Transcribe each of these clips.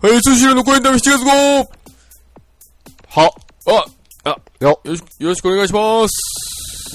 スシローの公演旅7月号は、よろしくお願いします。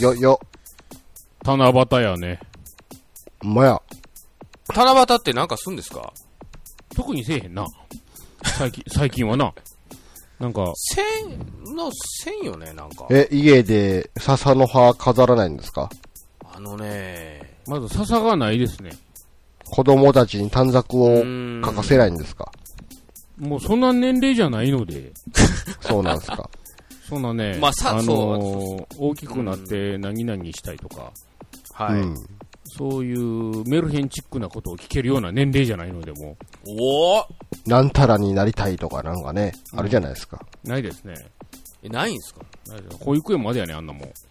七夕やね。 七夕ってなんかすんですか？ 特にせえへんな。最近はな。なんか。 せんよね、なんか。 家で笹の葉飾らないんですか？ まず笹がないですね。 子供たちに短冊を書かせないんですか？ もうそんな年齢じゃないので。 そうなんですか。 そんなね、大きくなって何々したいとか。 はい。 そういうメルヘンチックなことを聞けるような年齢じゃないのでもなんたらになりたいとかなんかね、あるじゃないですか。 ないですね。 ないんすか？ ないです。保育園までやね、あんなもん。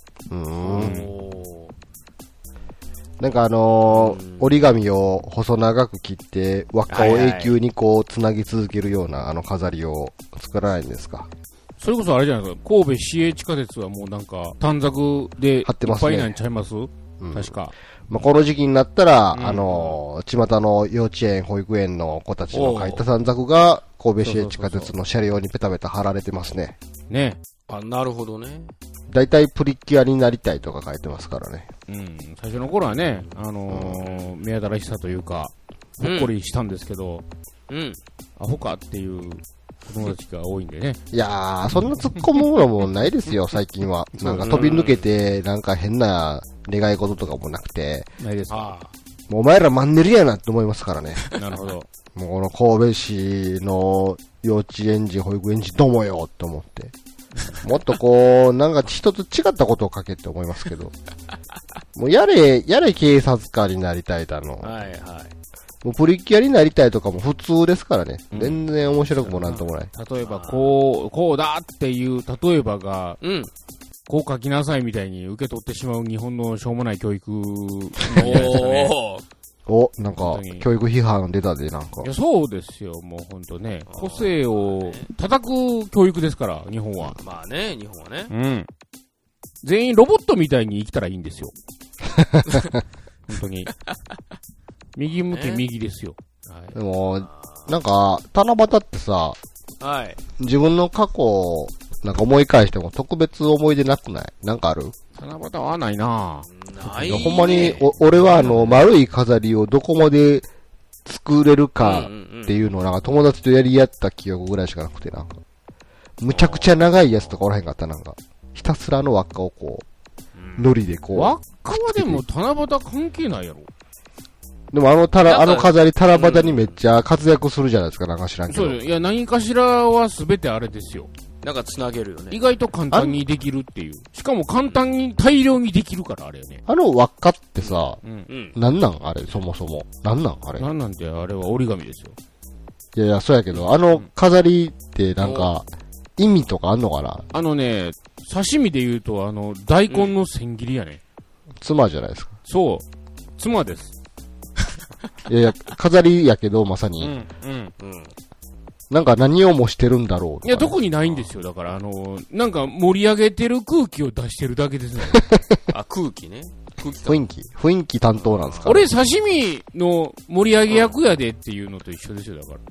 なんか折り紙を細長く切って輪っかを永久にこうつなぎ続けるような飾りを作らないんですか？ それこそあれじゃないですか、神戸市営地下鉄はもうなんか短冊でいっぱいなんちゃいます？確か。 この時期になったら、巷の幼稚園、保育園の子たちの書いた短冊が、神戸市営地下鉄の車両にペタペタ貼られてますね。 ね。 なるほどね。 だいたいプリキュアになりたいとか書いてますからね。 最初の頃はね、目新しさというか、ほっこりしたんですけど、アホかっていう子供たちが多いんでね。 いやー、そんな突っ込むものもないですよ、最近は。なんか飛び抜けて、なんか変な願い事とかもなくて。 ないですか。 もうお前らマンネリやなって思いますからね。 なるほど。 もうこの神戸市の幼稚園児、保育園児どもよって思って。もっとこう、なんか人と違ったことを書けって思いますけど。もうやれ警察官になりたいだの。 はいはい。 もうプリキュアになりたいとかも普通ですからね。全然面白くもなんともない。 例えばこうだっていう例えばが、こう書きなさいみたいに受け取ってしまう日本のしょうもない教育。 なんか、教育批判出たで、なんか。 いや、そうですよ、もうほんとね。個性を叩く教育ですから、日本は。 まあね、日本はね。 全員ロボットみたいに生きたらいいんですよ。本当に。右向け右ですよ。 でも、なんか、七夕ってさ、自分の過去、なんか思い返しても特別思い出なくない？なんかある？ 七夕はないなぁ。ない。 ほんまに、俺は丸い飾りをどこまで作れるかっていうのをなんか友達とやり合った記憶ぐらいしかなくて、なんか、むちゃくちゃ長いやつとかおらへんかった、なんか、ひたすら輪っかをこう、糊でこう。 輪っかはでも七夕関係ないやろ。 でも飾り、七夕にめっちゃ活躍するじゃないですか、なんか知らんけど。 そうです。いや、何かしらは全てあれですよ。 なんか繋げるよね。 意外と簡単にできるっていう。しかも簡単に大量にできるから、あれよね。 輪っかってさ、なんなんあれ、そもそも。なんなんあれ。 なんなんて、あれは折り紙ですよ。 いや、そうやけど、飾りってなんか、意味とかあんのかな？ 刺身で言うと、大根の千切りやね。 妻じゃないですか。 そう。妻です。 いや、飾りやけど、まさに。なんか何をもしてるんだろう。 いや、特にないんですよ。だから、なんか盛り上げてる空気を出してるだけですね。 空気ね。 雰囲気担当なんですか？ 俺、刺身の盛り上げ役やでっていうのと一緒ですよ、だから。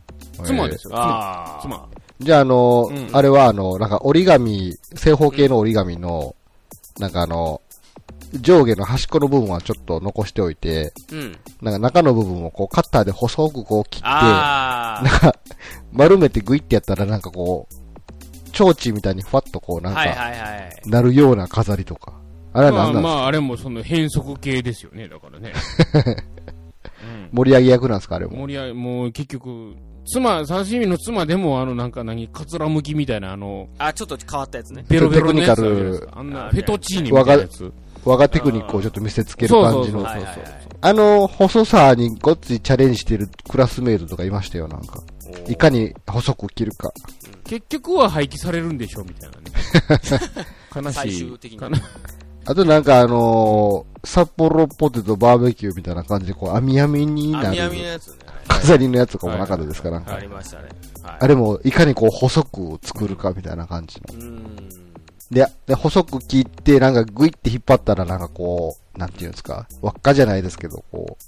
妻ですよ。妻。 じゃあ、あれはなんか折り紙、正方形の折り紙の、なんか上下の端っこの部分はちょっと残しておいて、なんか中の部分をこうカッターで細くこう切って、なんか丸めてグイってやったらなんかこう、提灯みたいにふわっとこうなんか、なるような飾りとか。あれは何なんですか？ あれもその変則系ですよね、だからね。 盛り上げ役なんですか、あれも。 もう結局、刺身の妻でもかつらむきみたいなちょっと変わったやつね。 ベロベロのやつあるじゃないですか。あんな、フェトチーニみたいなやつ。 我がテクニックをちょっと見せつける感じの。細さにごっついチャレンジしてるクラスメイトとかいましたよ、なんか。いかに細く切るか。 結局は廃棄されるんでしょ、みたいなね。悲しい。 最終的に。 あとなんか札幌ポテトバーベキューみたいな感じでこう、網網になる。 網網のやつね。 飾りのやつとかもなかったですか、なんか。 ありましたね。 あれもいかにこう細く作るかみたいな感じの。で、細く切って、なんかグイって引っ張ったらなんかこう、なんていうんですか、輪っかじゃないですけど、こう、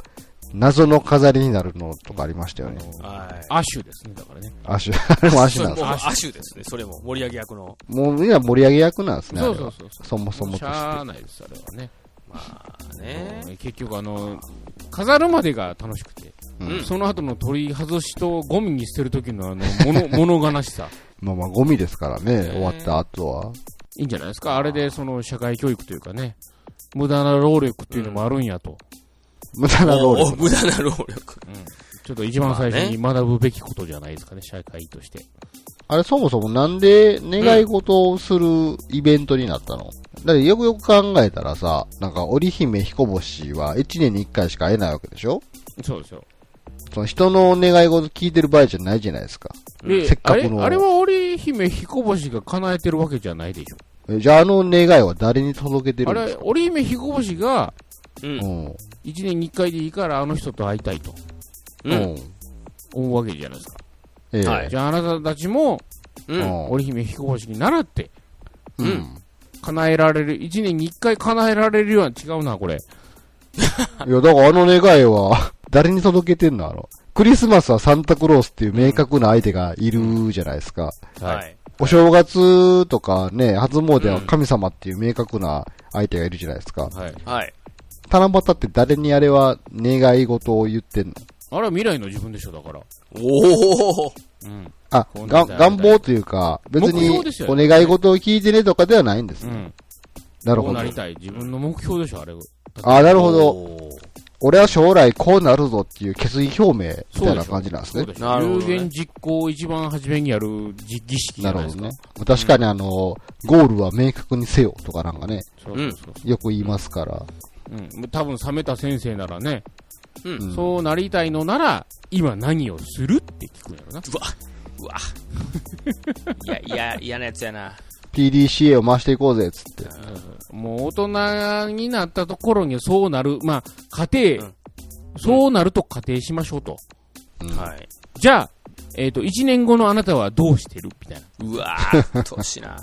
謎の飾りになるのとかありましたよね。 アシュですね、だからね。 アシュ。あれもアシュなんですか。アシュですね、それも。盛り上げ役の。 もうみんな盛り上げ役なんですね。 そう。 そもそもとして。しゃーないです、あれはね。 まあね。 結局飾るまでが楽しくて。その後の取り外しとゴミに捨てる時の物悲しさ。 まあゴミですからね、終わった後は。 いいんじゃないですか。あれで社会教育というかね、無駄な労力っていうのもあるんやと。 無駄な労力。 無駄な労力。 ちょっと一番最初に学ぶべきことじゃないですかね、社会として。 あれそもそもなんで願い事をするイベントになったの？だってよくよく考えたらさ、なんか織姫彦星は1年に1回しか会えないわけでしょ？ そうですよ。 その人の願い事聞いてる場合じゃないじゃないですか。せっかくの。 あれは織姫彦星が叶えてるわけじゃないでしょ。 じゃあ願いは誰に届けてるんですか？ あれ、織姫彦星が、1年に1回でいいからあの人と会いたいと。思うわけじゃないですか。じゃああなたたちも、織姫彦星に習って、叶えられる、1年に1回叶えられるような違うな、これ。 いや、だから願いは、誰に届けてんの？クリスマスはサンタクロースっていう明確な相手がいるじゃないですか。 はい。 お正月とかね、初詣は神様っていう明確な相手がいるじゃないですか。 はい。 七夕って誰にあれは願い事を言ってんの？ あれは未来の自分でしょ、だから。 おお。 願望というか、別にお願い事を聞いてねとかではないんですね。なるほど。 こうなりたい。自分の目標でしょ、あれ。 なるほど。俺は将来こうなるぞっていう決意表明みたいな感じなんですね。 有言実行一番初めにやる儀式じゃないですか。なるほどね。 確かにゴールは明確にせよとかなんかね。よく言いますから。 多分冷めた先生ならね、そうなりたいのなら、今何をするって聞くんやろな。 うわ。嫌なやつやな。 PDCA を回していこうぜ、つって。 もう大人になったところにそうなる、まあ、家庭、そうなると仮定しましょうと。 はい。 じゃあ、1年後のあなたはどうしてるみたいな。 うわぁ、年な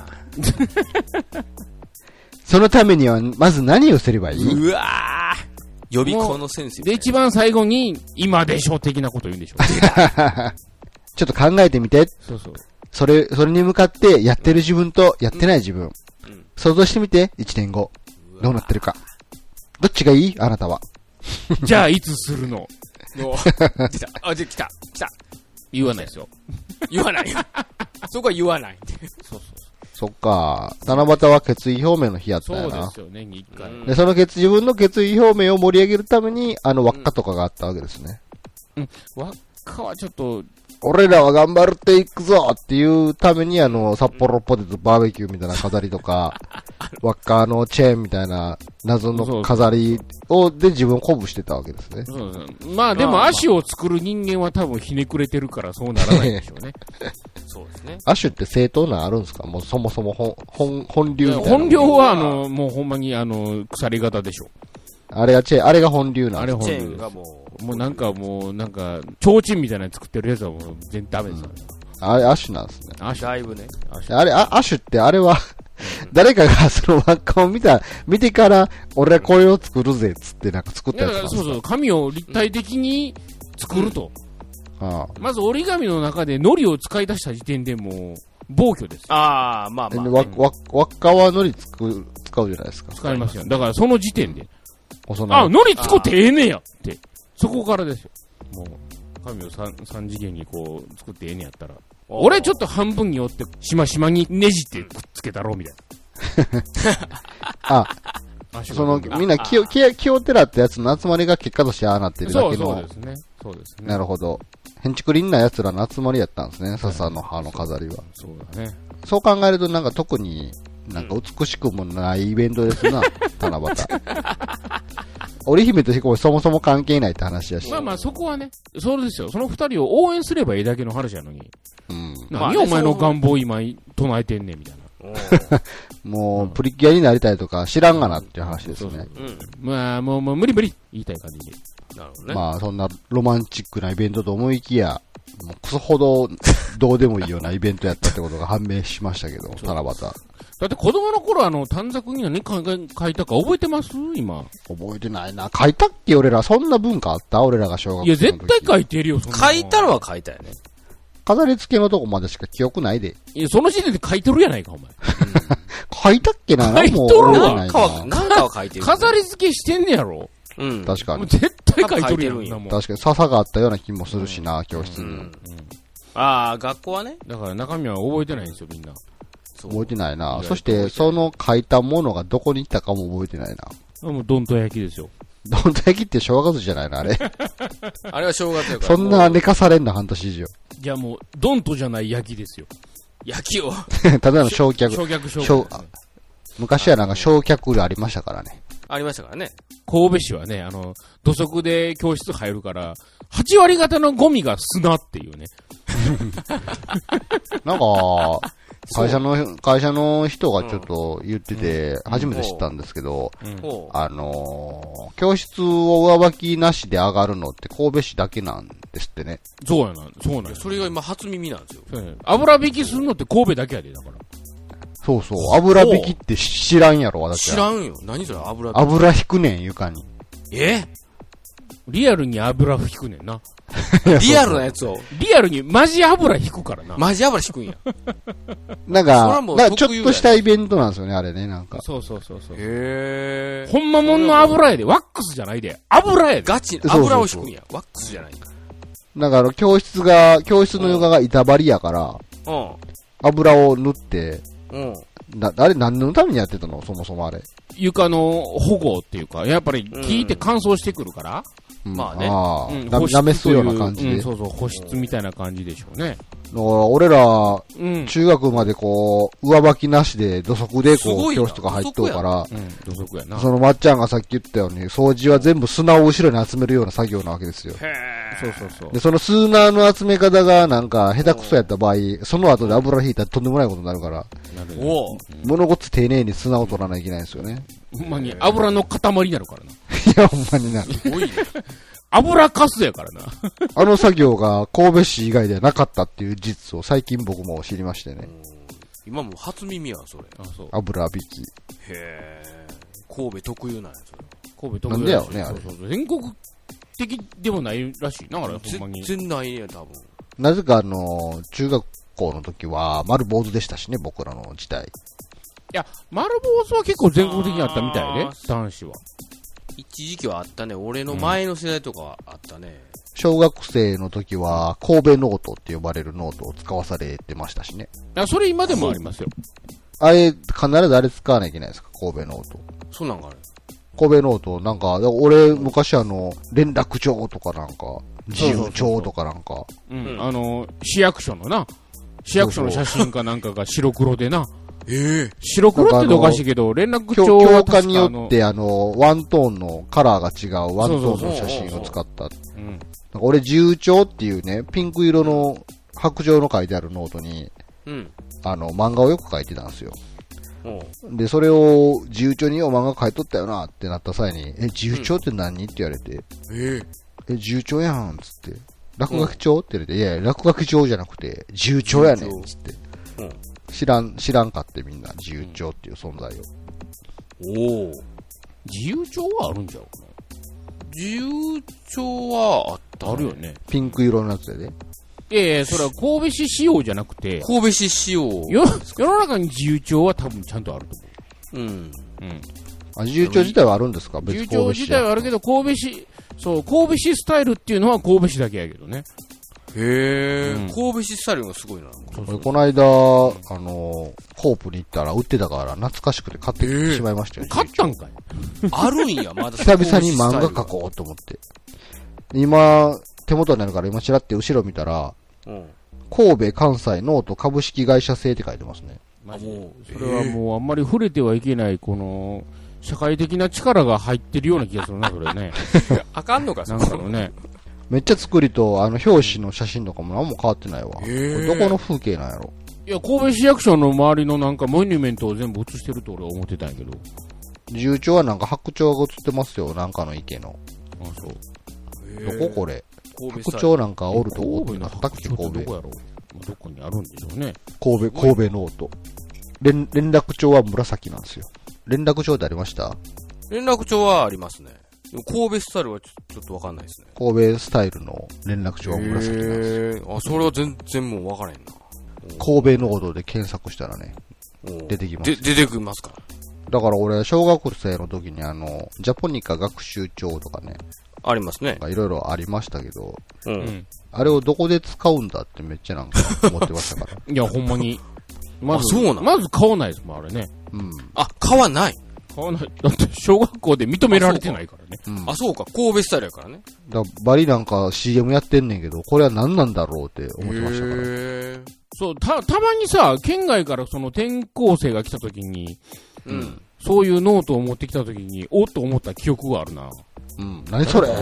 そのためには、まず何をすればいい？ うわぁ。予備校の先生。 で、一番最後に、今でしょ的なこと言うんでしょ。 ちょっと考えてみて。 そうそう。 それに向かってやってる自分とやってない自分。想像してみて、1年後。どうなってるか。どっちがいい？あなたは。 じゃあ、いつするの？ 来た。あ、来た。 言わないですよ。 言わない。そこは言わない。 そう。 そっか。七夕は決意表明の日やったよな。 そうですよね、1回。 で、その自分の決意表明を盛り上げるために、輪っかとかがあったわけですね。 輪っかはちょっと、 俺らは頑張っていくぞっていうために札幌ポテトバーベキューみたいな飾りとか、輪っかのチェーンみたいな謎の飾りで自分を鼓舞してたわけですね。 そうですね。まあでも足を作る人間は多分ひねくれてるからそうならないでしょうね。 そうですね。 アシュって正当なあるんですか？もうそもそも本流みたいな。 本流はもうほんまに鎖型でしょ。 あれが本流なんです。 あれ本流がもうなんか、提灯みたいなの作ってるやつはもう全然ダメですよね。 あれ、アシュなんですね。 だいぶね。 あれ、アシュってあれは、誰かがその輪っかを見てから、俺はこれを作るぜ、つってなんか作ったやつなんですか？ そう、紙を立体的に作ると。まず折り紙の中で糊を使い出した時点でもう、暴挙です。 まあ。輪っかは糊使うじゃないですか。 使いますよ。だからその時点で。 糊使ってええねやって。そこからですよ。もう、紙を3次元にこう作ってええねやったら。俺ちょっと半分に折ってしましまにねじってくっつけたろみたいな。みんな気をてらってやつの集まりが結果としてああなってるだけの。 そうですね。 なるほど。へんちくりんな奴らの集まりやったんですね。笹の葉の飾りは。 そうだね。 そう考えるとなんか特になんか美しくもないイベントですな、七夕。織姫と彦星そもそも関係ないって話やし。 まあそこはね、そうですよ。その二人を応援すればいいだけの話やのに。何お前の願望今唱えてんねんみたいな。 もうプリキュアになりたいとか知らんがなっていう話ですね。 まあもう無理言いたい感じで。 なるほどね。 まあそんなロマンチックなイベントと思いきや、もうクソほどどうでもいいようなイベントやったってことが判明しましたけど、七夕。 だって子供の頃短冊に何書いたか覚えてます今。 覚えてないな。書いたっけ俺ら。そんな文化あった俺らが小学校の時。 いや、絶対書いてるよ、そんなの。 書いたのは書いたよね。 飾り付けのとこまでしか記憶ないで。 いや、その時点で書いてるやないか、お前。 書いたっけな。 書いとるわもうなんかは書いてる。 飾り付けしてんねやろ。 うん。 確かに。 絶対書いてるやん。 確かに笹があったような気もするしな、教室に。 ああ、学校はね。 だから中身は覚えてないんですよ、みんな。 覚えてないな。そして、その書いたものがどこに行ったかも覚えてないな。 もうどんと焼きですよ。 どんと焼きって正月じゃないな、あれ。 あれは正月やから。 そんな寝かされんの半年以上。 じゃあもう、どんとじゃない焼きですよ。 焼きを。 ただの焼却。 焼却。 昔はなんか焼却量ありましたからね。 ありましたからね。 神戸市はね、土足で教室入るから、8割方のゴミが砂っていうね。 なんか、会社の人がちょっと言ってて、初めて知ったんですけど、教室を上履きなしで上がるのって神戸市だけなんですってね。 そうなんや。 それが今初耳なんですよ。 油引きするのって神戸だけやで、だから。 そうそう。油引きって知らんやろ、私は。 知らんよ。何それ、油引き。 油引くねん、床に。 リアルに油引くねんな。 リアルなやつを。 リアルにマジ油引くからな。 マジ油引くんや。 なんかちょっとしたイベントなんですよね、あれね、なんか。 そう。 へー。 ほんまもんの油やで。ワックスじゃないで。油やで。 ガチ、油を引くんや。ワックスじゃない。 だから教室の床が板張りやから、油を塗って、あれ何のためにやってたのそもそもあれ。 床の保護っていうか、やっぱり聞いて乾燥してくるから、 まあね。 舐めすような感じで。 そう、保湿みたいな感じでしょうね。 だから俺ら、中学までこう、上履きなしで土足でこう、教室とか入っとうから、 土足やな。 そのまっちゃんがさっき言ったように、掃除は全部砂を後ろに集めるような作業なわけですよ。 そう。 で、その砂の集め方がなんか下手くそやった場合、その後で油引いたらとんでもないことになるから、物ごっつ丁寧に砂を取らないといけないんですよね。 ほんまに油の塊になるからな。 いや、ほんまにな。 すごいね。 油かすやからな。 あの作業が神戸市以外ではなかったっていう事実を最近僕も知りましてね。 今も初耳やん、それ。 油引き。 へー。神戸特有なんや、それ。 神戸特有なんでやろね、あれ。 そう。全国的でもないらしいな、あれ、ほんまに。 全然ないね、多分。 なぜか中学校の時は丸坊主でしたしね、僕らの時代。 いや、丸坊主は結構全国的にあったみたいで、男子は。 一時期はあったね。俺の前の世代とかはあったね。 小学生の時は神戸ノートって呼ばれるノートを使わされてましたしね。 いや、それ今でもありますよ。 あれ、必ずあれ使わなきゃいけないですか、神戸ノート。 そうなんかね。 神戸ノート、なんか、俺、昔連絡帳とかなんか、自由帳とかなんか。 市役所の写真かなんかが白黒でな。 白黒っておかしいけど、連絡帳は教科によってワントーンのカラーが違うワントーンの写真を使った。俺、自由帳っていうね、ピンク色の白状の書いてあるノートに、漫画をよく書いてたんですよ。で、それを自由帳に漫画書いとったよなってなった際に、自由帳って何って言われて、自由帳やんつって、落書き帳って言われて、いや、落書き帳じゃなくて、自由帳やねんつって。知らんかってみんな、自由帳っていう存在を。 自由帳はあるんじゃうかな。 自由帳はあった、 あるよね。 ピンク色のやつでね。 いや、それは神戸市仕様じゃなくて、 神戸市仕様。 世の中に自由帳は多分ちゃんとあると思う。 自由帳自体はあるんですか？別に自由帳自体はあるけど、神戸市スタイルっていうのは神戸市だけやけどね。 へー。神戸市スタイルがすごいな。 この間、ホープに行ったら売ってたから懐かしくて買ってきてしまいましたよ。 買ったんかいあるんや、まだ。 久々に漫画描こうと思って。今、手元になるから今ちらって後ろ見たら、神戸関西ノート株式会社制って書いてますね。 それはもうあんまり触れてはいけない、この、社会的な力が入ってるような気がするな、それね。 あかんのか、 なんかのね。 めっちゃ作りと、表紙の写真とかも何も変わってないわ。これどこの風景なんやろ？ いや、神戸市役所の周りのなんかモニュメントを全部写してると俺は思ってたんやけど。 自由帳はなんか白鳥が写ってますよ、なんかの池の。 そう。 どここれ？白鳥なんかおるとこってあったっけ、神戸。 どこやろう？どこにあるんでしょうね。 神戸ノート。 連絡帳は紫なんですよ。連絡帳ってありました？ 連絡帳はありますね。でも神戸スタイルはちょっとわかんないですね。 神戸スタイルの連絡帳は紫なんですよ。 あ、それは全然もうわからへんな。 神戸ノードで検索したらね、出てきます。 出てきますか？ だから俺、小学生の時にジャポニカ学習帳とかね。 ありますね。 いろいろありましたけど、 うん。 あれをどこで使うんだってめっちゃなんか思ってましたから。 いや、ほんまに。 まず、そうなんまず買わないですもん、あれね。 うん。 あ、買わない。 買わない。だって小学校で認められてないからね。 あ、そうか。神戸スタイルやからね。 バリなんか CM やってんねんけど、これは何なんだろうって思ってましたから。 そう、たまにさ、県外からその転校生が来た時に、 うん。 そういうノートを持ってきた時に、おっと思った記憶があるな。 うん。何それ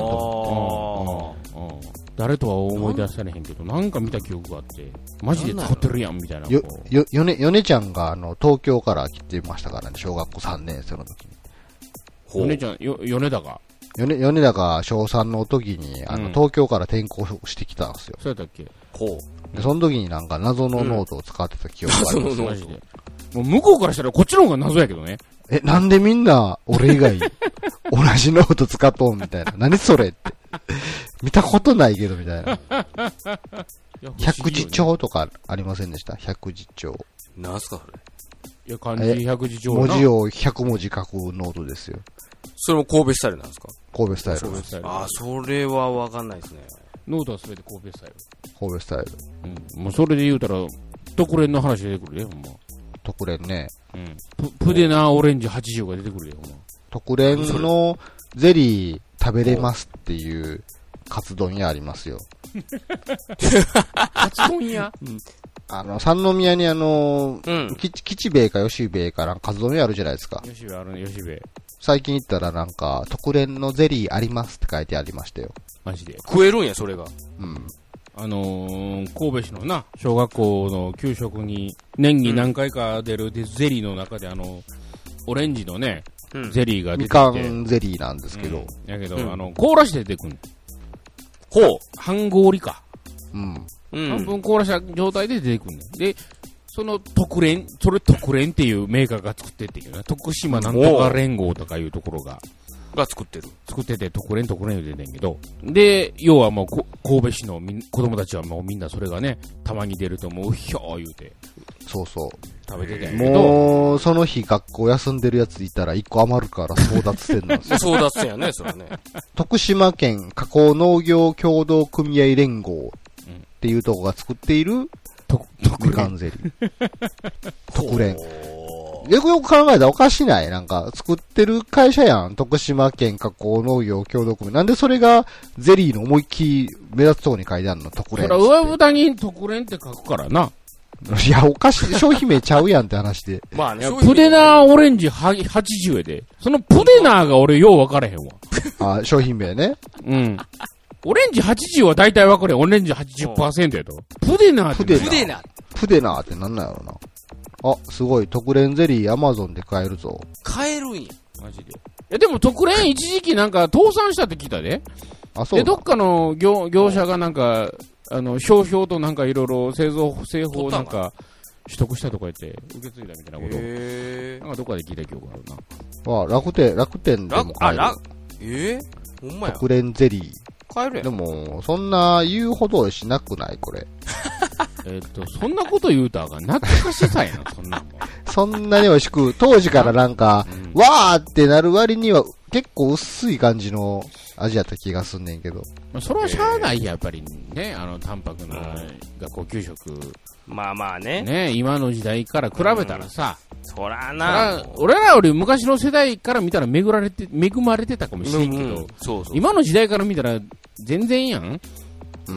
誰とは思い出されへんけど、なんか見た記憶があって、マジで使ってるやん、みたいな。 ヨネちゃんが東京から来てましたからね、小学校3年生の時に。 ヨネちゃん、米田が。 米田が小3の時に、東京から転校してきたんですよ。 そうやったっけ？ ほう。で、その時になんか謎のノートを使ってた記憶があります。 マジで。もう向こうからしたらこっちの方が謎やけどね。 なんでみんな、俺以外、同じノート使っとんみたいな。何それって。見たことないけど、みたいな。百字帳とかありませんでした？百字帳。 なんすかそれ。 いや、漢字百字帳文字を100文字書くノートですよ。 それも神戸スタイルなんですか？ 神戸スタイル。 あ、それはわかんないですね。 ノートはすべて神戸スタイル。 神戸スタイル。 うん。もうそれで言うたら、特連の話出てくるよ、ほんま。 特連ね。 うん。プデナーオレンジ80が出てくるよ、ほんま。 特連のゼリー食べれますっていうカツ丼屋ありますよ。 カツ丼屋？ うん。三宮に吉兵衛か吉兵衛かカツ丼屋あるじゃないですか。 吉兵衛あるね、吉兵衛。 最近行ったらなんか、特連のゼリーありますって書いてありましたよ。 マジで。 食えるんや、それが。 うん。 神戸市のな、小学校の給食に年に何回か出るゼリーの中でオレンジのね、ゼリーが出てきて。 みかんゼリーなんですけど。 やけど、凍らして出てくんの。 ほう。 半氷か。 うん。 半分凍らした状態で出てくんねん。で、その特連っていうメーカーが作ってっていうね、徳島なんとか連合とかいうところが作ってて、特連言うてんねんけど、で、要はもう神戸市の子供たちはもうみんなそれがね、たまに出るともうひょー言うて。 そうそう。 食べてたんやけど。 もう、その日学校休んでるやついたら1個余るから争奪戦なんですよ。 争奪戦やね、それはね。 徳島県加工農業協同組合連合っていうとこが作っているみかんゼリー。特連。よく考えたらおかしない？なんか、作ってる会社やん。徳島県加工農業協同組合。なんでそれがゼリーの思いっきり目立つとこに書いてあるの？特連。 そら上蓋に特連って書くからな。 いや、おかしい。商品名ちゃうやんって話で。 まあね。 プデナーオレンジ80やで。そのプデナーが俺よう分からへんわ。商品名ね。 うん。オレンジ80は大体分かるよ。オレンジ 80% やと。プデナーってプデナーってなんなんやろな。あ、すごい。特連ゼリーアマゾンで買えるぞ。 買えるんや。 マジで。でも特連一時期なんか倒産したって聞いたで。 あ、そう。 で、どっかの業者がなんか、商標となんかいろいろ製法なんか取得したとか言って受け継いだみたいなことを。なんかどっかで聞いた記憶があるな。 あ、楽天でも買える。 ほんまや。 特連ゼリー。 買えるやん。 でも、そんな言うほどしなくないこれ。 そんなこと言うたら懐かしさやな、そんなもん。 そんなに美味しく、当時からなんか、わーってなる割には結構薄い感じの味やった気がすんねんけど。 それはしゃあないやっぱりね、淡白な学校給食。 まあまあね。 ね、今の時代から比べたらさ、 そらな。 俺らより昔の世代から見たら恵まれてたかもしれんけど、今の時代から見たら全然やん。うん。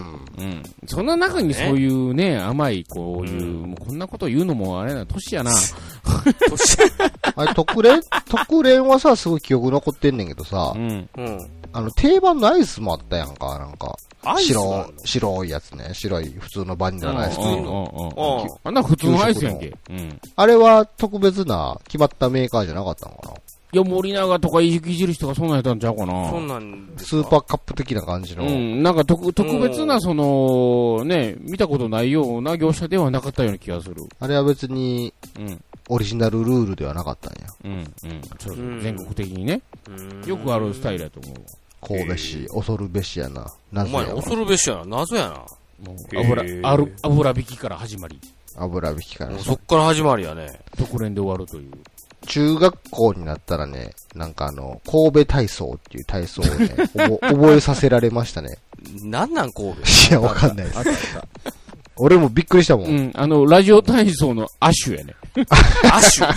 そんな中にそういうね、甘い、こういう、もうこんなこと言うのもあれな、年やな。 あれ、特連はさ、すごい記憶残ってんねんけどさ、定番のアイスもあったやんか、なんか。白いやつね。白い、普通のバニラのアイス。 あんな普通のアイスやんけ。 あれは特別な、決まったメーカーじゃなかったのかな？ いや、森永とか雪印とかそんなんやったんちゃうかな。 そんなんスーパーカップ的な感じの。 なんか特別な、ね、見たことないような業者ではなかったような気がする。 あれは別に、 オリジナルルールではなかったんや。 そう全国的にね。よくあるスタイルだと思うわ。 神戸市、恐るべしやな。 お前、恐るべしやな。謎やな。 もう油引きから始まり。 油引きから。 そっから始まりやね。 特練で終わるという。 中学校になったらね、なんか神戸体操っていう体操をね、覚えさせられましたね。 なん神戸？ いや、わかんないです。俺もびっくりしたもん。 ラジオ体操の亜種やね。 亜種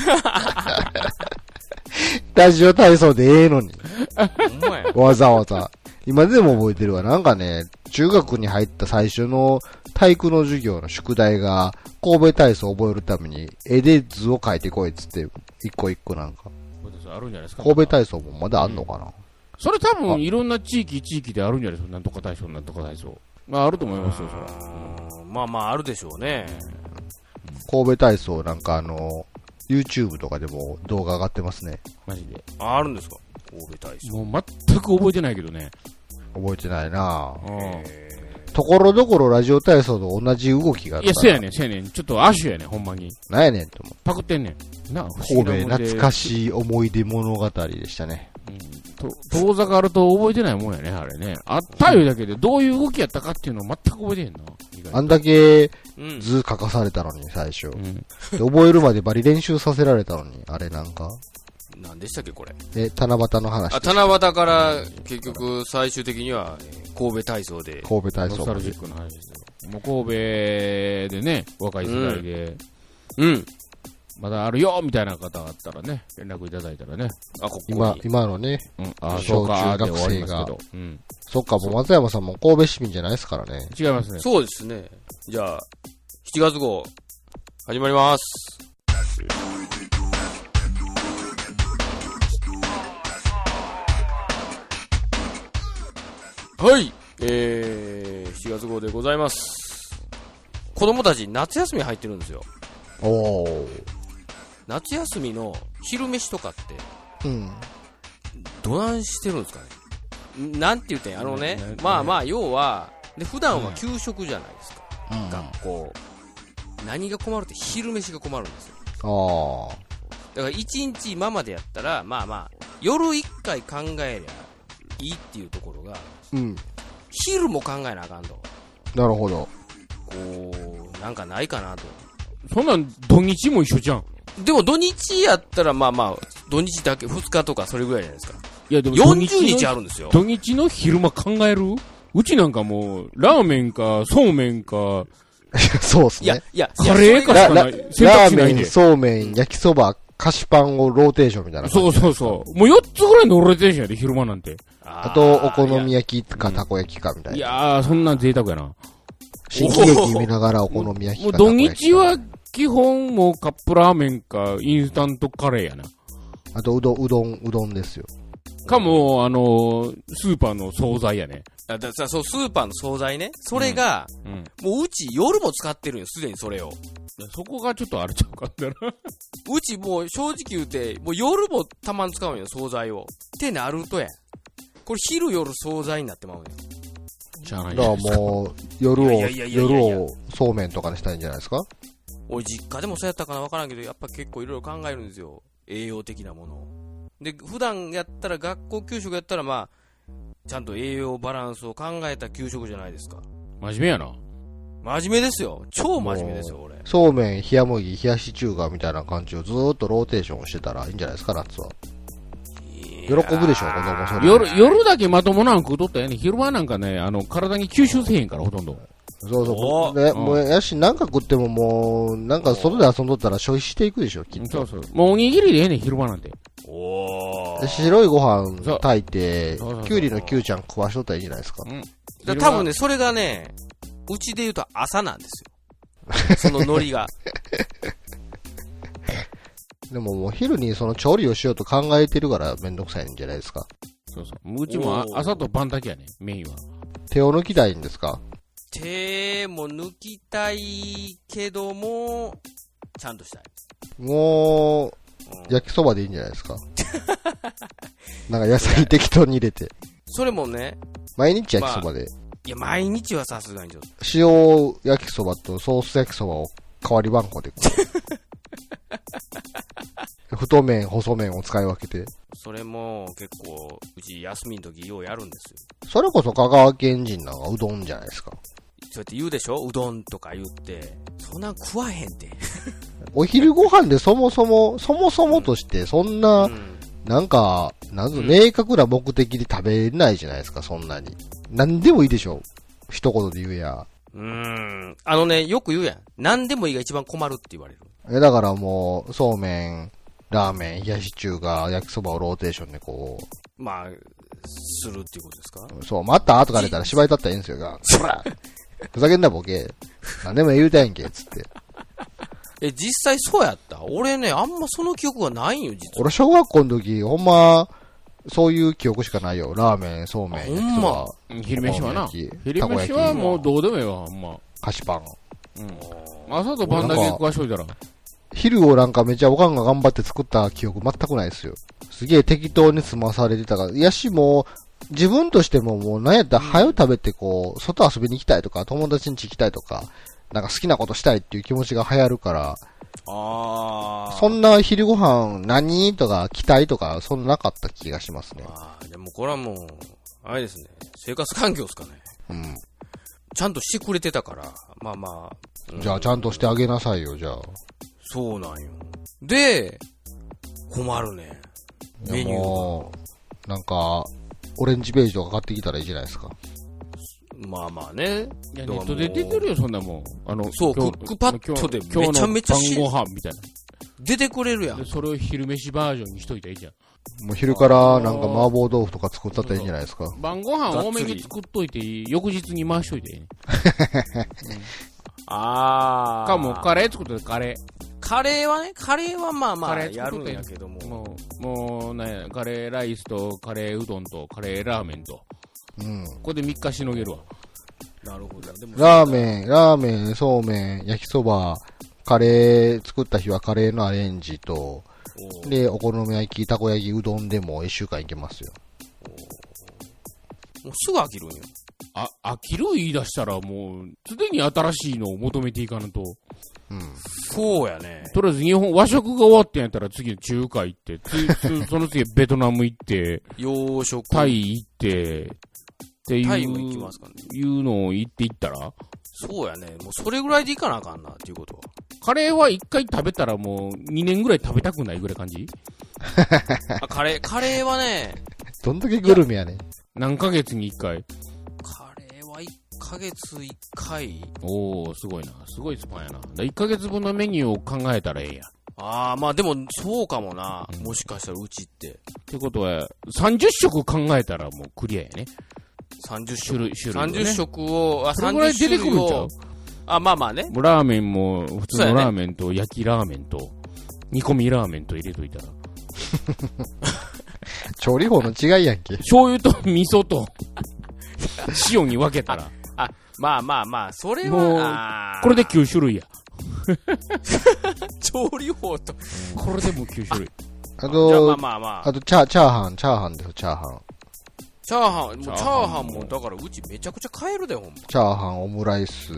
ラジオ体操でええのに。わざわざ。今でも覚えてるわ。なんかね、中学に入った最初の体育の授業の宿題が、神戸体操を覚えるために、絵で図を描いてこいっつって、一個一個なんか。 あるんじゃないですか。 神戸体操もまだあんのかな、 それ多分、いろんな地域であるんじゃないですか。なんとか体操、なんとか体操。まあ、あると思いますよ、それ。 まあ、あるでしょうね。 神戸体操なんかYouTube とかでも動画上がってますね。 マジで。 あるんですか？神戸体操。 もう全く覚えてないけどね。 覚えてないなところどころラジオ体操と同じ動きがあるから。 いや、そうやねん。ちょっと亜種やねん、ほんまに。 なんやねんと思う。 パクってんねん。 神戸懐かしい思い出物語でしたね。 遠ざかると覚えてないもんやね、あれね。あったいうだけでどういう動きやったかっていうのを全く覚えてへんな。 あんだけ図書かされたのに、最初。で覚えるまでバリ練習させられたのに、あれなんか。 何でしたっけ、これ。 七夕の話。 七夕から結局最終的には神戸体操で。 神戸体操。 ノスタルジックの話ですよ。もう神戸でね、若い世代で。まだあるよみたいな方があったらね、連絡いただいたらね。 今のね、 小中学生が。そっか、もう松山さんも神戸市民じゃないですからね。 違いますね。 そうですね。じゃあ、7月号、始まります。はい。7月号でございます。子供たち夏休み入ってるんですよ。 おー。 夏休みの昼飯とかって、どないしてるんですかね。なんて言ってまあ、要は、で、普段は給食じゃないですか。学校。何が困るって昼飯が困るんですよ。だから1日今までやったら、まあ、夜1回考えりゃいいっていうところが、昼も考えなあかんと。 なるほど。 なんかないかなと。 そんなん土日も一緒じゃん。 でも土日やったらまあ、土日だけ、2日とかそれぐらいじゃないですか。 いやでも 40日あるんですよ。 土日の昼間考える？うちなんかもう、ラーメンか、そうめんか。 そうっすね。 いや、カレーかしかない。 ラーメン、そうめん、焼きそば、菓子パンをローテーションみたいな。 そう。もう4つぐらいのローテーションやで、昼間なんて。 あと、お好み焼きかたこ焼きかみたいな。 いやー、そんなん贅沢やな。 新喜劇見ながらお好み焼きかたこ焼きか。 もう土日は基本もうカップラーメンか、インスタントカレーやな。 あと、うどんですよ。 かも、スーパーの惣菜やね。 そう、スーパーの惣菜ね。それが、もううち夜も使ってるんよ、すでにそれを。 そこがちょっとあれちゃうかったな。 うちもう正直言うて、もう夜もたまに使うんよ、惣菜を。ってなるとや。これ昼夜惣菜になってまうんよ。 じゃないですか。だからもう、夜をそうめんとかにしたらいいんじゃないですか？ 俺実家でもそうやったかなわからんけど、やっぱ結構いろいろ考えるんですよ。栄養的なものを。で、普段やったら学校給食やったらまあ、ちゃんと栄養バランスを考えた給食じゃないですか。 真面目やな。 真面目ですよ。超真面目ですよ、俺。 そうめん、冷や麦、冷やし中華みたいな感じをずーっとローテーションしてたらいいんじゃないですか、夏は。喜ぶでしょ、子供それ。 夜だけまともなの食うとったやね。昼間なんかね、体に吸収せへんから、ほとんど。 そう。ね、もうやし、なんか食ってももう、なんか外で遊んどったら消費していくでしょ、きっと。 そう。もうおにぎりでええねん、昼間なんて。 白いご飯炊いて、きゅうりのきゅうちゃん食わしとったらいいじゃないですか。 多分ね、それがね、うちで言うと朝なんですよ。その海苔が。 でももう昼にその調理をしようと考えてるからめんどくさいんじゃないですか。 そう。うちも朝と晩だけやね、メインは。 手を抜きたいんですか？ 手も抜きたいけども、ちゃんとしたい。 もう、焼きそばでいいんじゃないですか？なんか野菜適当に入れて。 それもね。 毎日焼きそばで。 いや、毎日はさすがにちょっと。 塩焼きそばとソース焼きそばを代わり番号で。 太麺、細麺を使い分けて。 それも結構、うち休みの時ようやるんですよ。 それこそ香川県人なんかうどんじゃないですか。 そうやって言うでしょ、うどんとか言って。そんなん食わへんって。 お昼ご飯でそもそもとして、そんな、なんか、明確な目的で食べれないじゃないですか、そんなに。なんでもいいでしょ。一言で言えや。 よく言うやん。なんでもいいが一番困るって言われる。 だからもう、そうめん、ラーメン、冷やし中華、焼きそばをローテーションでこう。まあ、するっていうことですか？ そう、待った後から出たら芝居立ったらいいんですよ。そらふざけんなボケ。なんでも言うたやんけ、つって。 実際そうやった？俺ね、あんまその記憶がないんよ、実は。 俺小学校の時、ほんま、そういう記憶しかないよ。ラーメン、そうめん、 ほんま。 昼飯はな。昼飯はもうどうでもいいわ、ほんま。 菓子パン。 朝と晩だけ食わしといたら。 昼をなんかめっちゃおかんが頑張って作った記憶全くないですよ。すげえ適当に済まされてたから。いやしもう、自分としてももうなんやったら早く食べてこう、外遊びに行きたいとか、友達ん家行きたいとか、なんか好きなことしたいっていう気持ちが流行るから、そんな昼ご飯何とか期待とか、そんななかった気がしますね。 でもこれはもう、あれですね、生活環境ですかね。ちゃんとしてくれてたから、まあまあ。 じゃあちゃんとしてあげなさいよ、じゃあ。 そうなんよ。で、困るね。メニューが。 なんか、オレンジページとか買ってきたらいいじゃないですか。 まあまあね。 いや、ネットで出てるよ、そんなもん。 そう、クックパッドでめちゃめちゃ晩ご飯みたいな。 出てくれるやん。 それを昼飯バージョンにしといたらいいじゃん。 もう昼からなんか麻婆豆腐とか作ったったらいいんじゃないですか。 晩ご飯多めに作っといて、翌日に回しといていいね。かも、カレー作っといて、カレー。 カレーはまあまあやるんやけども。 もうね、カレーライスと、カレーうどんと、カレーラーメンと。ここで3日しのげるわ。 なるほど。でもラーメン、そうめん、焼きそば、カレー作った日はカレーのアレンジと、で、お好み焼き、たこ焼き、うどんでも1週間いけますよ。 もうすぐ飽きるんよ。 飽きる言い出したらもう、常に新しいのを求めていかんと。 そうやね。 とりあえず和食が終わってんやったら次中華行って、その次ベトナム行って、 洋食。 タイ行って、っていう、 タイも行きますかね。 いうのを言っていったらそうやね。もうそれぐらいでいかなあかんなっていうことは。 カレーは1回食べたらもう2年ぐらい食べたくないぐらい感じカレーはね。 どんだけグルメやねん。 何ヶ月に1回カレーは1ヶ月1回。 おー、すごいな。すごいスパンやな。1ヶ月分のメニューを考えたらええや。 まあでも、そうかもな。もしかしたらうちって。 ってことは、30食考えたらもうクリアやね。 30種類、ね。 30 食を、 それぐらい出てくるんちゃう？ まあまあね。 ラーメンも、普通のラーメンと焼きラーメンと、煮込みラーメンと入れといたら。 調理法の違いやんけ。 醤油と味噌と塩に分けたら。 まあ、それは、 これで9種類や。 調理法と。 これでも9種類。 あと、 まあ。 あと、チャーハンですよ、チャーハン。 チャーハンも、だからうちめちゃくちゃ買えるで、ほんま。 チャーハン、オムライス、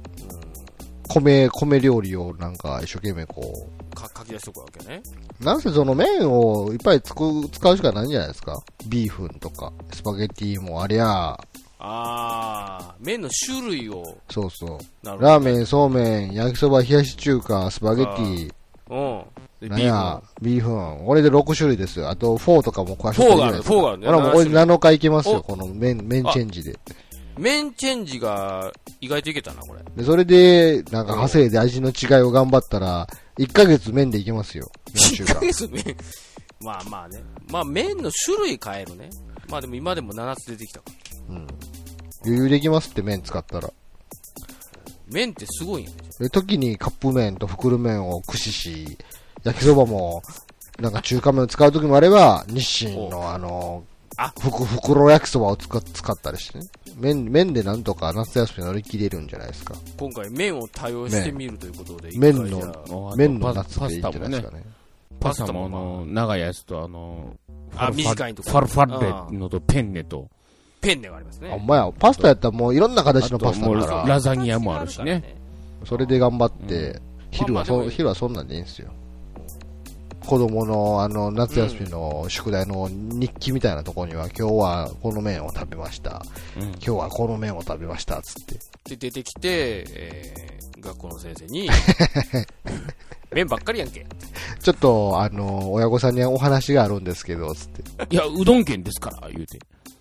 米料理をなんか一生懸命こう。 書き出しとくわけね。 なんせその麺をいっぱい使うしかないんじゃないですか。ビーフンとか、スパゲッティもありゃ。 麺の種類を。 そうそう。ラーメン、そうめん、焼きそば、冷やし中華、スパゲッティ。ビーフン。これで6種類ですよ。あと、フォーとかも詳しい。 フォーがある。 ほらもうこれ7日いけますよ、この麺チェンジで。 麺チェンジが意外といけたな、これ。 で、それで、なんか派生で味の違いを頑張ったら、1ヶ月麺でいけますよ。 1ヶ月麺まあね。まあ麺の種類変えるね。まあでも今でも7つ出てきたから。 余裕できますって麺使ったら。 麺ってすごいんやね。 で、時にカップ麺と袋麺を駆使し、焼きそばも、なんか中華麺を使う時もあれば、日清の袋焼きそばを使ったりしてね。麺でなんとか夏休み乗り切れるんじゃないですか。 今回麺を多用してみるということで。 麺の夏でいいんじゃないですかね。 パスタも長いやつと短いとファルファレのとペンネと。 ペンネがありますね。 ほんまや、パスタやったらもういろんな形のパスタだから。 ラザニアもあるしね。 それで頑張って、昼はそんなんでいいんすよ。 子供の夏休みの宿題の日記みたいなところには、今日はこの麺を食べました。今日はこの麺を食べました、つって。 で、出てきて、学校の先生に、麺ばっかりやんけ。 ちょっと、親御さんにお話があるんですけど、つって。 いや、うどん県ですから、言うて。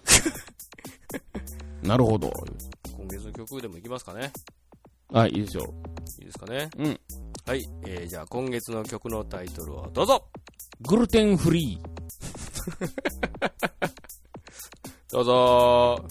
なるほど。 今月の曲でもいきますかね。 はい、いいですよ。 いいですかね。 うん。 はい、じゃあ今月の曲のタイトルをどうぞ。 グルテンフリー。 どうぞ。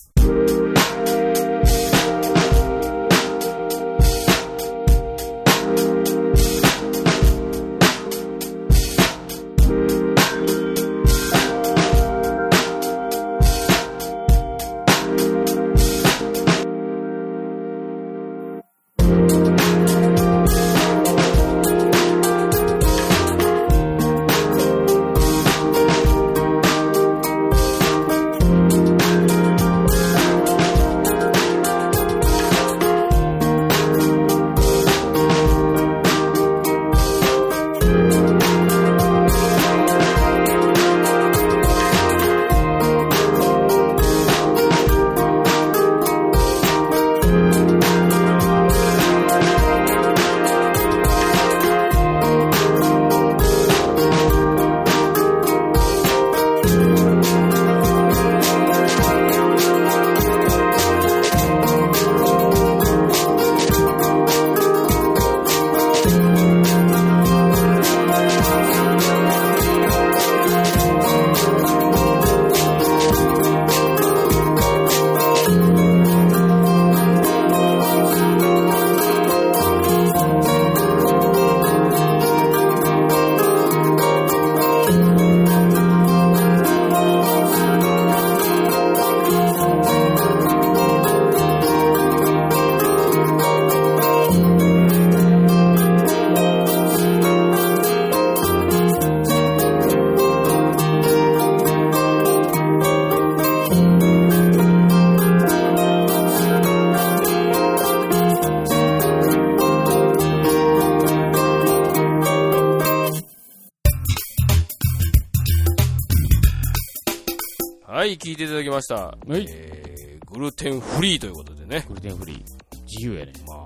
はい、聞いていただきました。はい。グルテンフリーということでね。 グルテンフリー。自由やね。ま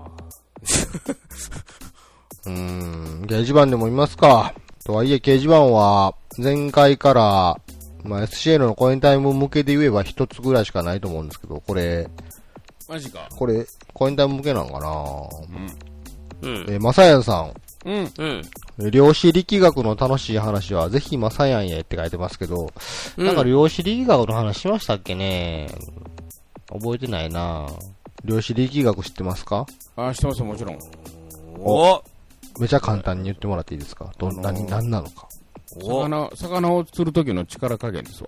あ。掲示板でも見ますか。とはいえ、掲示板は、前回から、まあ、SCL のコインタイム向けで言えば一つぐらいしかないと思うんですけど、これ。 マジか。 これ、コインタイム向けなのかな。うん。まさやんさん。 うん。うん。 量子力学の楽しい話は、ぜひまさやんへって書いてますけど、なんか量子力学の話しましたっけね。覚えてないな。量子力学知ってますか？ あ、知ってますよ、もちろん。 おめちゃ簡単に言ってもらっていいですか？何なのか。 魚を釣るときの力加減ですわ。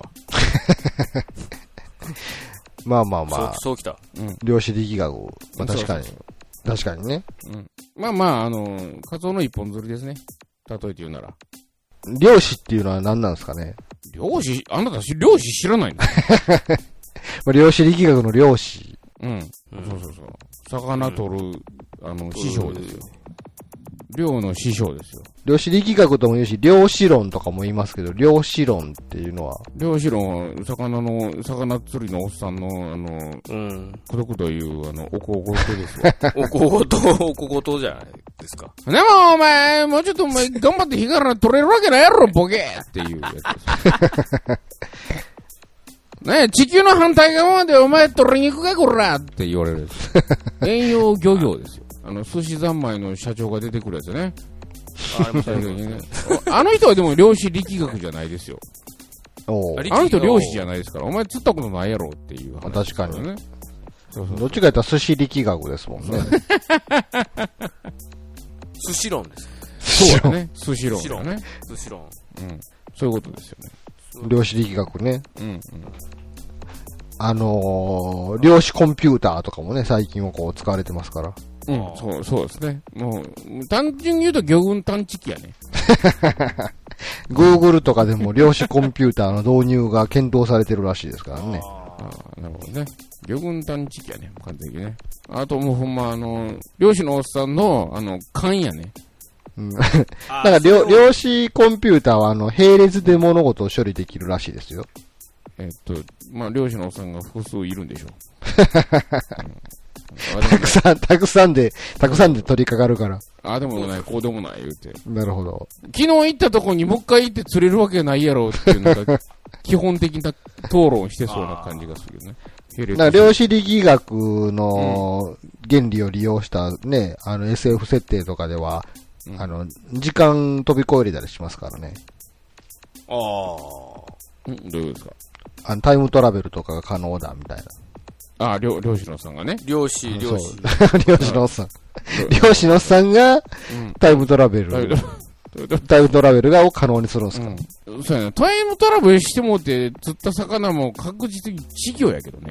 まあまあまあ。 そうきた。 量子力学。まあ確かに。確かにね。 うん。まあまあ、カツオの一本釣りですね。例えて言うなら。 漁師っていうのは何なんですかね？ 漁師、あなた漁師知らないの？ まあ、量子力学の漁師。 うん。そうそうそう。魚取る、師匠ですよ。漁の師匠ですよ。 量子力学とも言うし、量子論とかも言いますけど、量子論っていうのは量子論は、魚釣りのおっさんの、くどくどいう、おこごとですよ。 おこごとじゃないですか。 でも、お前、もうちょっと頑張って火から取れるわけないやろ、ボケっていうやつです。ねえ、地球の反対側までお前取りに行くか、こらって言われるんです。遠洋漁業ですよ。寿司三昧の社長が出てくるやつね。あの人はでも量子力学じゃないですよ。あの人漁師じゃないですから、お前釣ったことないやろっていう話、ね。 確かにね。どっちか言ったら寿司力学ですもんね。 寿司論です。 そうだね。寿司論だね。 寿司論。 うん。そういうことですよね。 量子力学ね。 うんうん。 量子コンピューターとかもね、最近はこう使われてますから。 うん、そうですね。もう、単純に言うと魚群探知機やね。 Google とかでも量子コンピューターの導入が検討されてるらしいですからね。 なるほどね。魚群探知機やね、完全にね。あともうほんま漁師のおっさんの、勘やね。 なんか量子コンピューターは並列で物事を処理できるらしいですよ。 まあ、漁師のおっさんが複数いるんでしょ。 たくさんで取り掛かるから。 ああでもない、こうでもない言うて。 なるほど。 昨日行ったとこにもう一回行って釣れるわけないやろっていうのが、基本的な討論してそうな感じがするよね。 なんか量子力学の原理を利用したね、SF 設定とかでは、時間飛び越えれたりしますからね。 ああ。 どういうことですか？ タイムトラベルとかが可能だ、みたいな。 ああ、漁師のおっさんがね。 漁師のおっさん。漁師のおっさんが、タイムトラベル。タイムトラベルを可能にするんですか？ そうやな。タイムトラベルしてもって釣った魚も確実に稚魚やけどね。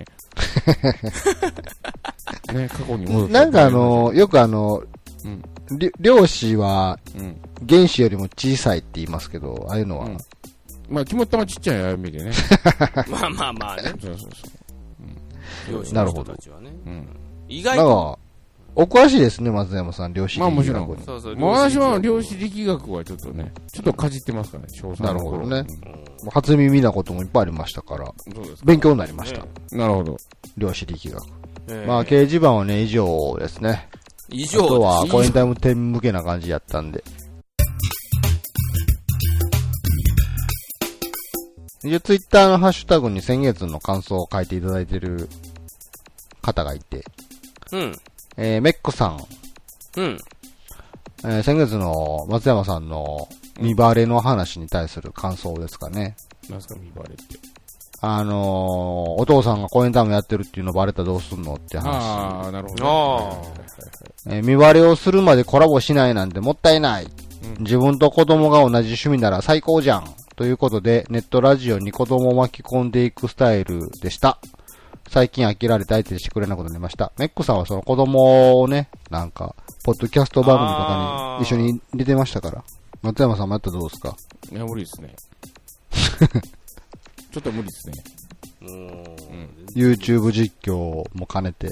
ね、過去に戻って。 なんかよく漁師は、原子よりも小さいって言いますけど、ああいうのは。 まあ、肝っ玉ちっちゃいやみでね。 まあね。そう。漁師の人たちはね。意外と。 お詳しいですね、松山さん、量子力学。 まあもちろん。そう。私は量子力学はちょっとね、ちょっとかじってますからね、詳細なるほどね。初耳なこともいっぱいありましたから、勉強になりました。 なるほど。 量子力学。まあ、掲示板はね、以上ですね。 以上あとは、コインタイム10向けな感じやったんで。一応、ツイッターのハッシュタグに先月の感想を書いていただいてる方がいて。メックさん。先月の松山さんの見バレの話に対する感想ですかね。 何すか見バレって。 お父さんがコインタイムやってるっていうのバレたらどうすんのって話。 ああ、なるほど。 見バレをするまでコラボしないなんてもったいない。自分と子供が同じ趣味なら最高じゃん。ということで、ネットラジオに子供を巻き込んでいくスタイルでした。最近飽きられて相手してくれなくなりました。メックさんはその子供をね、なんか、ポッドキャスト番組とかに一緒に入れてましたから。松山さんもやったらどうですか？ いや、無理ですね。ちょっと無理ですね。 YouTube 実況も兼ねて。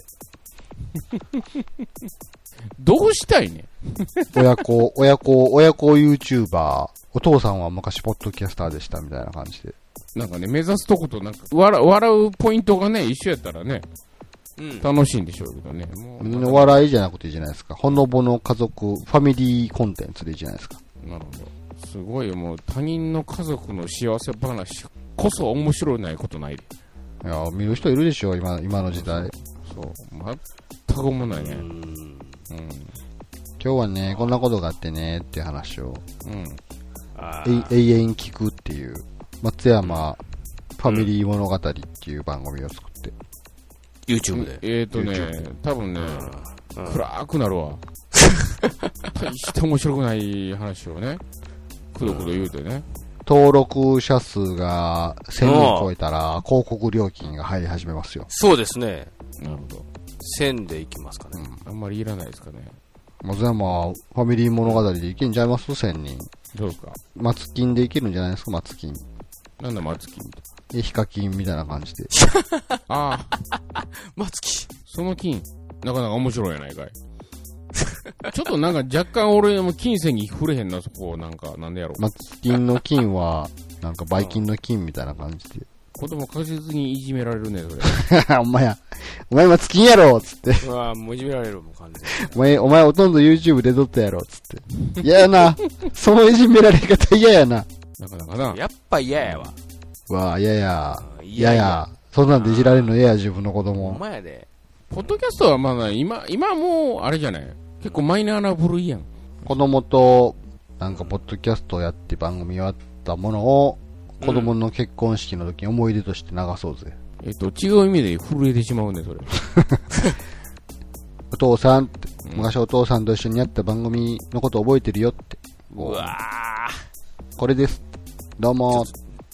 どうしたいね親子 YouTuber、お父さんは昔ポッドキャスターでしたみたいな感じで。 なんかね、目指すとことなんか、笑うポイントがね、一緒やったらね、楽しいんでしょうけどね。 もう笑いじゃなくていいじゃないですか。ほのぼの家族、ファミリーコンテンツでいいじゃないですか。 なるほど。すごい、もう他人の家族の幸せ話こそ面白いないことないで。 いや、見る人いるでしょ、今の時代。 そう。全くもないね。 今日はね、こんなことがあってね、っていう話を、永遠聞くっていう、松山ファミリー物語っていう番組を作って。 YouTube で。 多分ね、暗くなるわ。大して面白くない話をね、くどくど言うてね。 登録者数が1000人超えたら広告料金が入り始めますよ。 そうですね。 なるほど。 1000でいきますかね。 あんまりいらないですかね。 松山ファミリー物語でいけんじゃいます ?1000 人。 どうですか？ 松金でいけるんじゃないですか？松金。 なんだ松金って。ヒカキンみたいな感じで。 ああ。松金。 その金、なかなか面白いやないかい。ちょっとなんか若干俺も金銭に触れへんな、そこ、なんか、なんでやろう。 松金の金は、なんかバイキンの金みたいな感じで。 子供確実にいじめられるね、それ。お前松金やろつって。 うわもういじめられるもん、完全に。 お前ほとんど YouTube で撮ったやろつって。嫌やな。そのいじめられ方嫌やな。 なかなかな。 やっぱ嫌やわ。 わあ、嫌や。嫌や。そんなんでいじられるの嫌や、自分の子供。 お前やで。 ポッドキャストはまだ今もう、あれじゃない結構マイナーな部類やん。 子供と、なんかポッドキャストをやって番組をやったものを、子供の結婚式の時に思い出として流そうぜ。 違う意味で震えてしまうね、それ。 お父さんって、昔お父さんと一緒にやった番組のこと覚えてるよって。 うわこれです。どうも。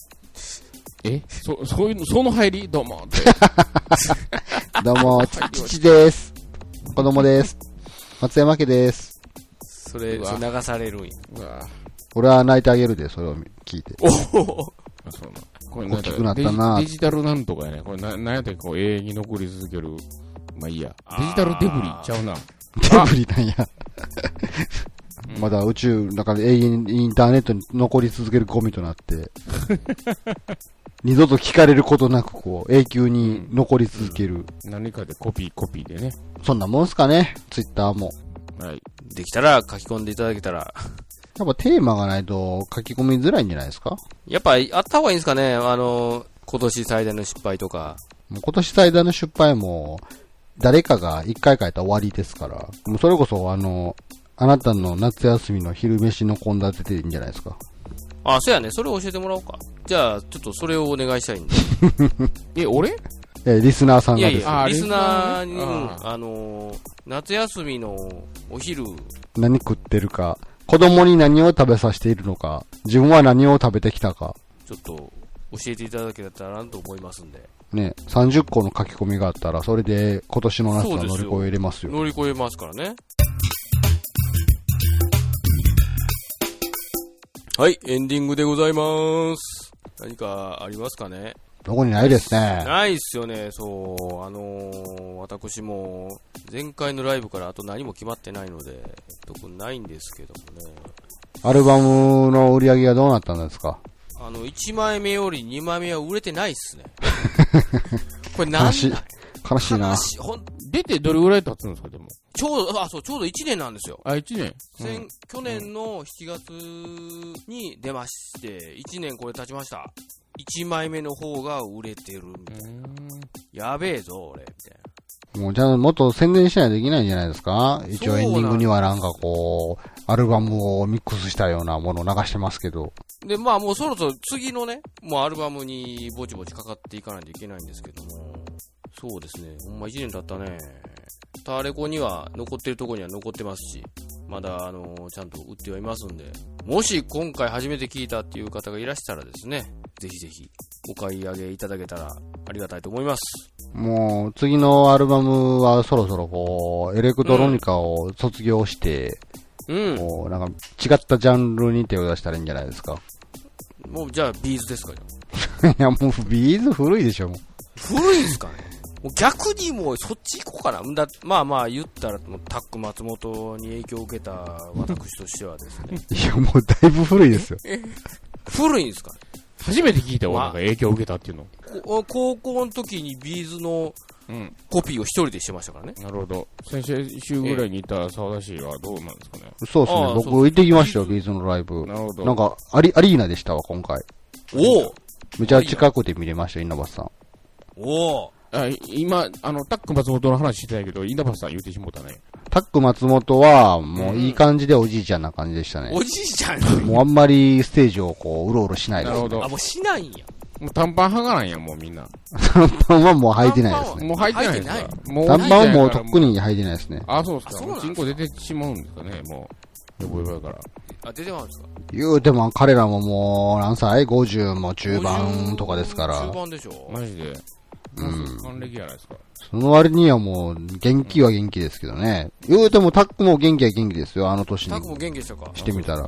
そういうの、その入りどうもって。 どうも、父です。子供です。松山家です。 それ流されるんや。 俺は泣いてあげるで、それを聞いて。 おお。 そうな。これ大きくなったな。デジタルなんとかやね。これなんやってこう永遠に残り続ける。まあいいや。デジタルデブリちゃうな。 デブリなんや。 まだ宇宙の中で永遠にインターネットに残り続けるゴミとなって、二度と聞かれることなくこう永久に残り続ける。 何かでコピーでね。 そんなもんすかね、ツイッターも。 はい。できたら書き込んでいただけたら。 やっぱテーマがないと書き込みづらいんじゃないですか？ やっぱあった方がいいんですかね、今年最大の失敗とか。 もう今年最大の失敗も、誰かが一回書いたら終わりですから。もうそれこそあなたの夏休みの昼飯の献立でいいんじゃないですか？ あ、そうやね。それを教えてもらおうか。じゃあ、ちょっとそれをお願いしたいんで。 俺？ リスナーさんがですね。 いやリスナーに、夏休みのお昼。 何食ってるか、子供に何を食べさせているのか、自分は何を食べてきたか。 ちょっと、教えていただけたらなと思いますんで。 ね、30個の書き込みがあったら、それで今年の夏は乗り越えれますよ。 乗り越えますからね。はい、エンディングでございます。何かありますかね？ どこにないですね。 ないっすよね、そう。私も、前回のライブからあと何も決まってないので、特にないんですけどもね。 アルバムの売り上げはどうなったんですか ？1枚目より2枚目は売れてないっすね。これなんだ？ 悲しいな。 出てどれぐらい経つんですか、でも。 ちょうど1年なんですよ。 あ、1年、 去年の7月に出まして、1年これ経ちました。1枚目の方が売れてるみたいな。やべえぞ、俺、みたいな。 もうじゃあもっと宣伝しないといけないんじゃないですか？一応エンディングにはなんかこう、アルバムをミックスしたようなものを流してますけど。 で、まあもうそろそろ次のね、もうアルバムにぼちぼちかかっていかないといけないんですけども。そうですね。ほんま1年経ったね。タワレコには残ってるところには残ってますし、まだちゃんと売ってはいますんで、もし今回初めて聞いたっていう方がいらしたらですね、ぜひぜひお買い上げいただけたらありがたいと思います。 もう次のアルバムはそろそろこうエレクトロニカを卒業して、こうなんか違ったジャンルに手を出したらいいんじゃないですか。 もうじゃあビーズですか？いやもうビーズ古いでしょ。もう古いですかね。もう逆にもうそっち行こうかな。まあまあ言ったらタック松本に影響を受けた私としてはですね。 いやもうだいぶ古いですよ。 古いんですか？ 初めて聞いたわ、なんか影響を受けたっていうの。 高校の時にビーズのコピーを一人でしてましたからね。 なるほど。先週ぐらいにいた沢田氏はどうなんですかね。 そうですね。僕行ってきましたよ、ビーズのライブ。 なるほど。 なんかアリーナでしたわ、今回。 おお。 めちゃ近くで見れました、稲葉さん。 おお。 今、タック松本の話してたけど、稲葉さん言うてしもうたね。 タック松本は、もういい感じでおじいちゃんな感じでしたね。 おじいちゃんもうあんまりステージをこう、うろうろしないです、ね。 なるほど。 あ、もうしないんや。 もう短パン履かないんや、もうみんな。 短パンはもう履いてないですね。 もう履いてないですか？ 短パンはもうとっくに履いてないですね。 あ、そうですか。もうチンコ出てしまうんですかね、もう。よぼよぼやから。 あ、出てますか？ 言うても彼らももう、何歳 ?50 も中盤とかですから。 中盤でしょ。 マジで。還暦じゃないですか。 その割にはもう、元気は元気ですけどね。言うてもタックも元気は元気ですよ、あの年に。 タックも元気でしたか？ してみたら。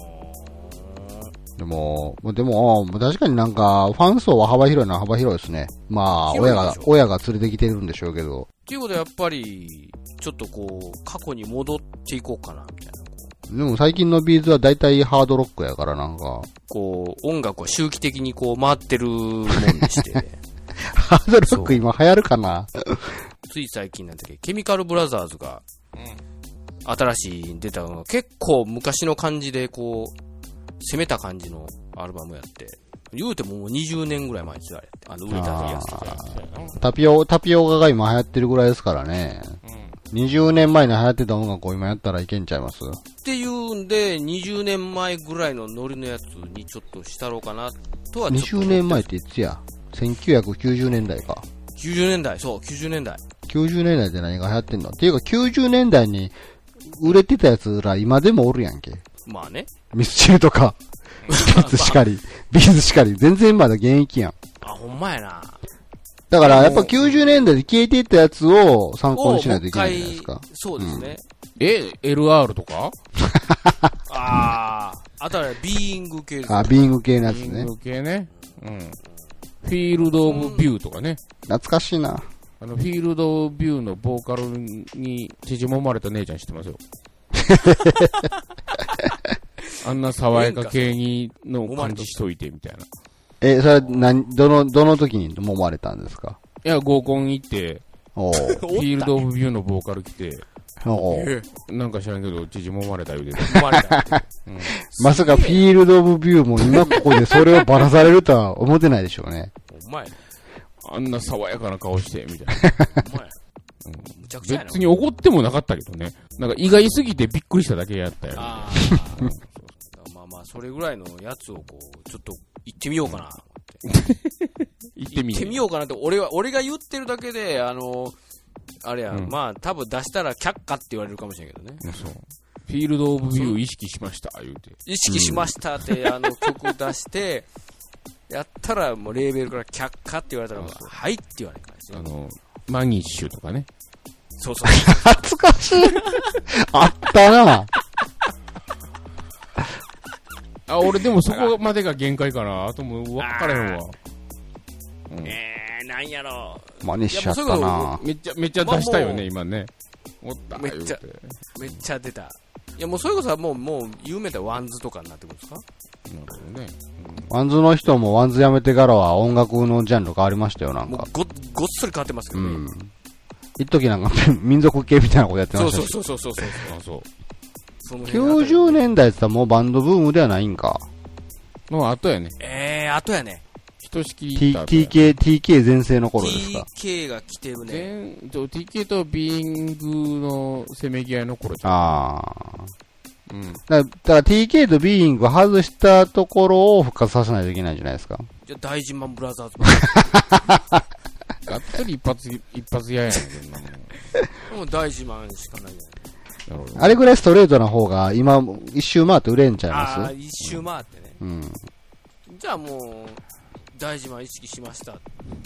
でも、確かになんか、ファン層は幅広いのは幅広いですね。まあ、親が連れてきてるんでしょうけど。 っていうことはやっぱり、ちょっとこう、過去に戻っていこうかな、みたいな。 でも最近のビーズは大体ハードロックやからなんか。 こう、音楽は周期的にこう回ってるもんでして。 ハードロック今流行るかな？ つい最近なんだっけ、ケミカルブラザーズが、新しい出たのが結構昔の感じでこう、攻めた感じのアルバムやって、言うてももう20年ぐらい前ですよ、あれ。売れたやつとか。 タピオカが今流行ってるぐらいですからね。20年前に流行ってた音楽を今やったらいけんちゃいます？ っていうんで、20年前ぐらいのノリのやつにちょっとしたろうかなとはちょっと。 20年前っていつや？ 1990 年代か。 90年代、そう、90年代。 90年代で何が流行ってんの？っていうか90年代に売れてたやつら今でもおるやんけ。 まあね。 ミスチルとか、ビーズしかり、全然まだ現役やん。 あ、ほんまやな。 だからやっぱ90年代で消えていったやつを参考にしないといけないじゃないですか。 そうですね。 LR とかあとはビーイング系ですね。 あ、ビーイング系のやつね。 ビーイング系ね。うん。フィールド・オブ・ビューとかね。 懐かしいな。 フィールド・オブ・ビューのボーカルに縮まれた姉ちゃん知ってますよ。 あんな爽やか系にの感じしといてみたいな。 それはどの時に揉まれたんですか？ いや、合コン行って、フィールドオブビューのボーカル来て、なんか知らんけど、知事揉まれた言うてた。揉まれたって。 まさかフィールドオブビューも今ここでそれをばらされるとは思ってないでしょうね。 お前。 あんな爽やかな顔して、みたいな。お前。 むちゃくちゃやな。 別に怒ってもなかったけどね。なんか意外すぎてびっくりしただけやったよ。 まあ、それぐらいのやつをこう、ちょっと行ってみようかな。行ってみようかなって、俺が言ってるだけで、あれや、まあ、多分出したら却下って言われるかもしれんけどね。 そう。フィールドオブビュー意識しました、言うて。 意識しましたって、曲出して、やったらもうレーベルから却下って言われたら、はいって言われるからですよ。 マニッシュとかね。 そうそう。 懐かしい。あったな。 俺でもそこまでが限界かな。あともう分からへんわ。 なんやろ。 マニッシュやったな。 めっちゃ出したよね、今ね。おっためっちゃ出た。いやもうそれこそもう有名なワンズとかになってくるんですか？ なるほどね。 ワンズの人もワンズ辞めてからは音楽のジャンル変わりましたよ、なんか。 ごっそり変わってますけどね。 一時なんか民族系みたいなことやってましたし。 そう。 90年代って言ったらもうバンドブームではないんか。 もう後やね。 後やね。 ひとしきり。 TK 全盛の頃ですか？ TK が来てるね。 TK とビーイングのせめぎ合いの頃じゃん。 だから TK とビーイングを外したところを復活させないといけないんじゃないですか？ じゃあ大事マンブラザーズ。 がっつり一発ややんけどな。 もう大事マンしかないじゃない。 あれぐらいストレートな方が今一周回って売れんちゃいます？ 一周回ってね。じゃあもう大事マン意識しました。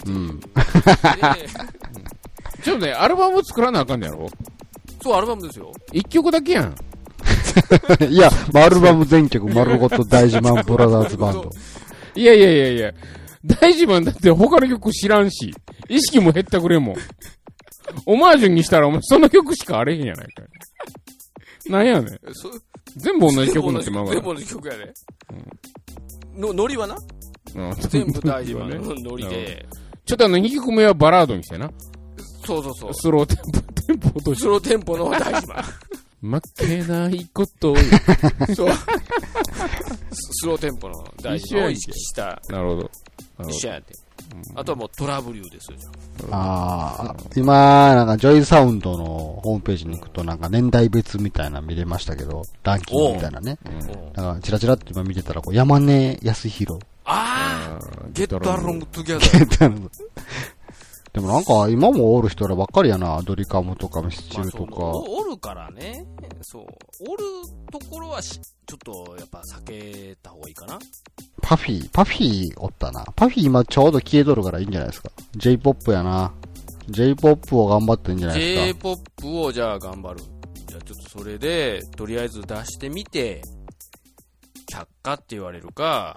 ちょっとね、アルバム作らなあかんねやろ？ そう、アルバムですよ。 一曲だけやん。 いや、アルバム全曲丸ごと大事マンブラザーズバンド。 いや。大事マンだって他の曲知らんし、意識も減ったくれもん。オマージュにしたらお前その曲しかあれへんやないかい。なんやねん。全部同じ曲になってまうから。 全部同じ曲やね。ノリはな。全部大事マンのノリで。 ちょっと2曲目はバラードにしてな。 そう。 スローテンポとスローテンポの大事マン。 負けないことを。 そう。スローテンポの大事マンを意識した。 なるほど。 一緒やって。あとはもうトラブルですよ。 今、なんかジョイサウンドのホームページに行くとなんか年代別みたいなの見れましたけど、ランキングみたいなね。なんかチラチラって今見てたら、山根康弘。 ゲットアロングトゥギャザー。 でもなんか今もおる人らばっかりやな、ドリカムとかミスチルとか。 おるからね。そう。おるところはちょっとやっぱ避けた方がいいかな。 パフィーおったな。パフィー今ちょうど消えとるからいいんじゃないですか。J-POP やな。J-POP を頑張っていいんじゃないですか。 J-POP をじゃあ頑張る。じゃあちょっとそれで、とりあえず出してみて、却下って言われるか、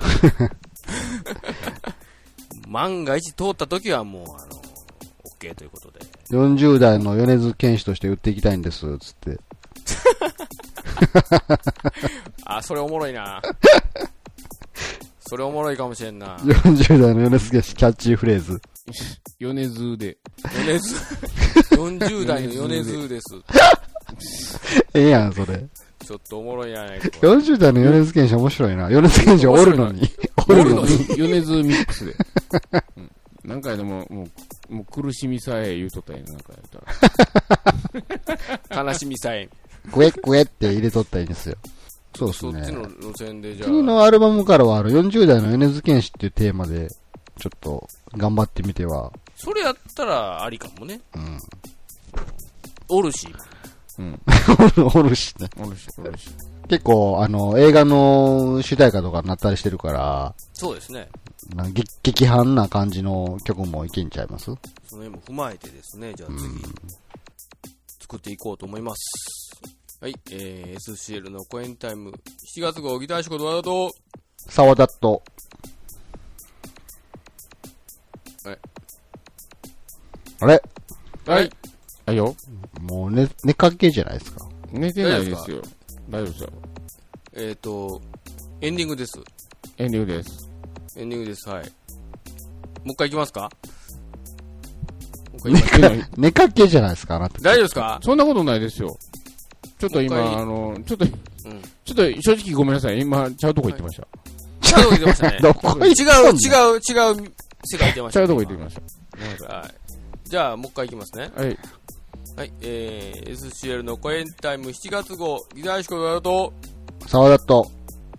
万が一通った時はもう、OK ということで。 40代の米津玄師として売っていきたいんです、つって。 それおもろいな。それおもろいかもしれんな。 40代の米津玄師キャッチーフレーズ。 米津で。 40代の米津です。 ええやん、それ。 ちょっとおもろいやないか。 40代の米津玄師面白いな。米津玄師おるのに。 米津ミックスで。何回でも、もう苦しみさえ言うとったんや、なんかやったら。悲しみさえ。 クエって入れとったらいいんですよ。そうですね。 そっちの路線でじゃあ。 次のアルバムからは40代の米津玄師っていうテーマで、ちょっと頑張ってみては。 それやったらありかもね。おるし。 おるしね。結構、映画の主題歌とかになったりしてるから。 そうですね。 激反な感じの曲もいけんちゃいます？その辺も踏まえてですね、じゃあ次、作っていこうと思います。はい、SCL のコエンタイム、7月号ギター仕事ワードと、 沢田と、あれはい。はいよ。 もう寝かけじゃないですか。 寝てないですよ。大丈夫ですよ。 エンディングです。 エンディングです。 エンディングです。はい。もう一回行きますか？ 寝かけじゃないですか、あなた。 大丈夫ですか？ そんなことないですよ。ちょっと今、ちょっと正直ごめんなさい。今、ちゃうとこ行ってました。 ちゃうとこ行ってましたね。 どこ行って違う世界行ってました。 ちゃうとこ行ってきました。 はい。じゃあ、もう一回行きますね。 はい。 はい、SCL のコエンタイム7月号、ギターシコヤと、 沢田と、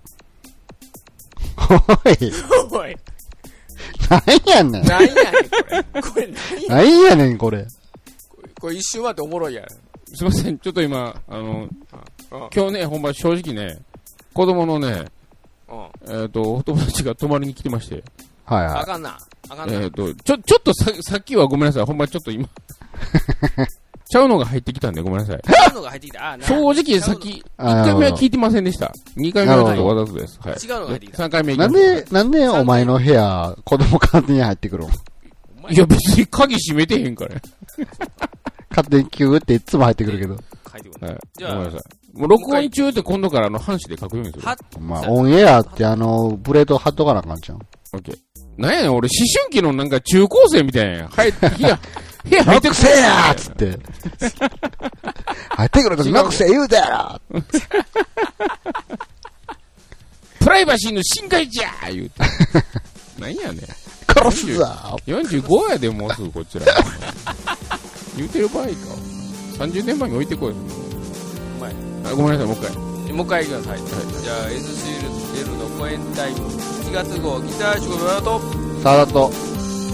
おい。 なんやねん。 なんやねん、これ。 なんやねん、これ。 これ一瞬待っておもろいやん。 すいません、ちょっと今、今日ね、ほんま正直ね、子供のね、お友達が泊まりに来てまして。 はいはい。 あかんな。 ちょっとさっきはごめんなさい。ほんまちょっと今、ちゃうのが入ってきたんでごめんなさい。 ちゃうのが入ってきた。 正直さっき、1回目は聞いてませんでした。2回目はちょっとわざとです。はい。 違うのが入ってきた。 3回目なんでお前の部屋、子供勝手に入ってくるの？ いや別に鍵閉めてへんから。 勝手にキューっていつも入ってくるけど。 はい。ごめんなさい。もう録音中って今度から半紙で書くようにする。 まあ、オンエアってブレード貼っとかなあかんちゃう。 オッケー。なんやねん、俺思春期のなんか中高生みたいなやん。部屋入ってくせやーつって。入ってくるときノックせ言うたやろプライバシーの侵害じゃー言うて。なんやねん。 殺すぞ 45やでもうすぐこちら。言うてる場合か。30年前に置いてこい。ごめんなさい、もう一回。 もう一回行きなさい。じゃあ、SCL のコエンタイム7月号、ギターシコヤと、 沢田と、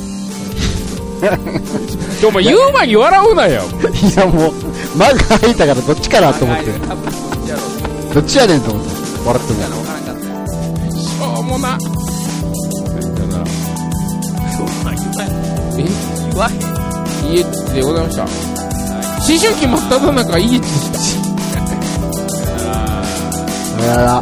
お前言う前に笑うなよ。 いやもう、間が空いたからどっちかなと思って。どっちやねんと思って。笑っても。 しょうもな。家でございました。思春期真っただ中家でした。 やら。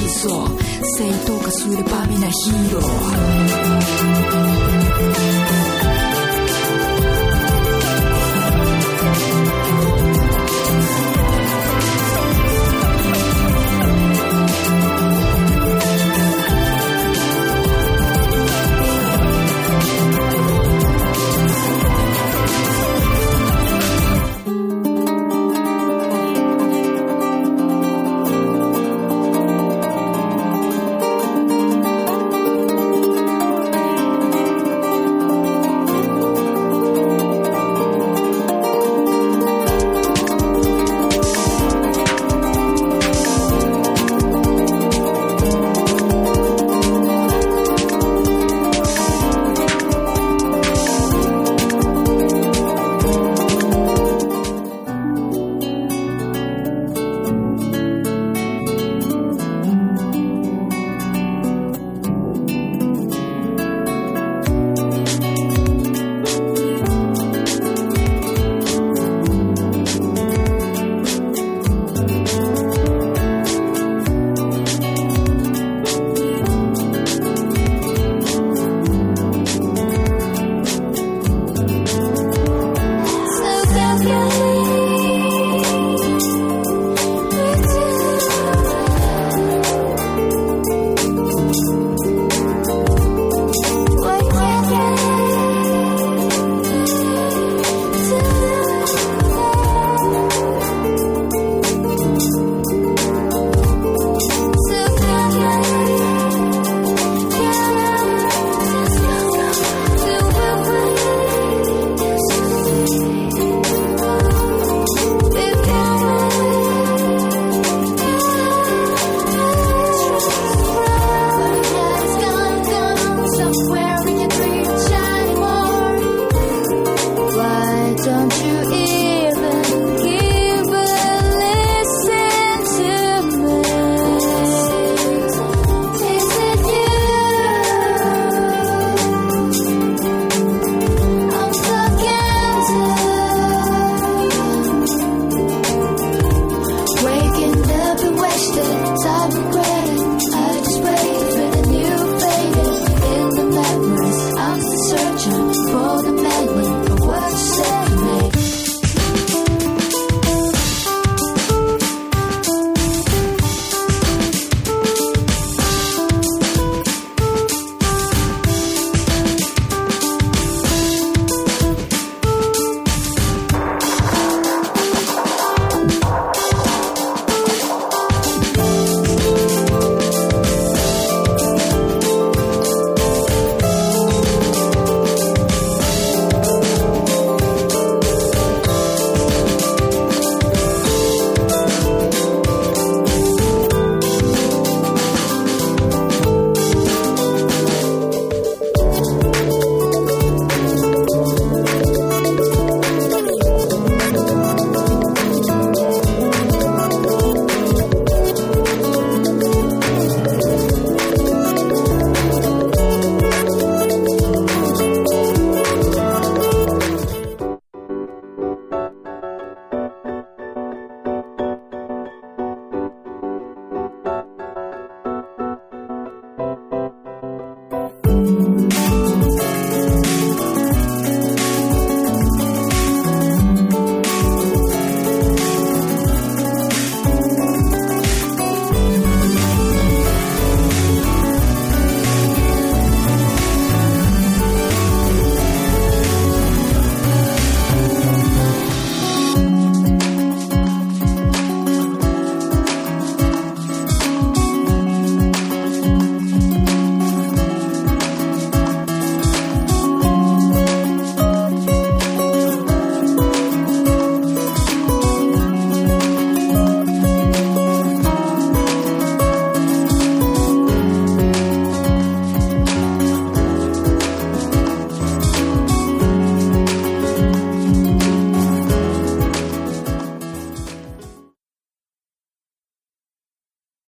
正当化すればみんなヒーロー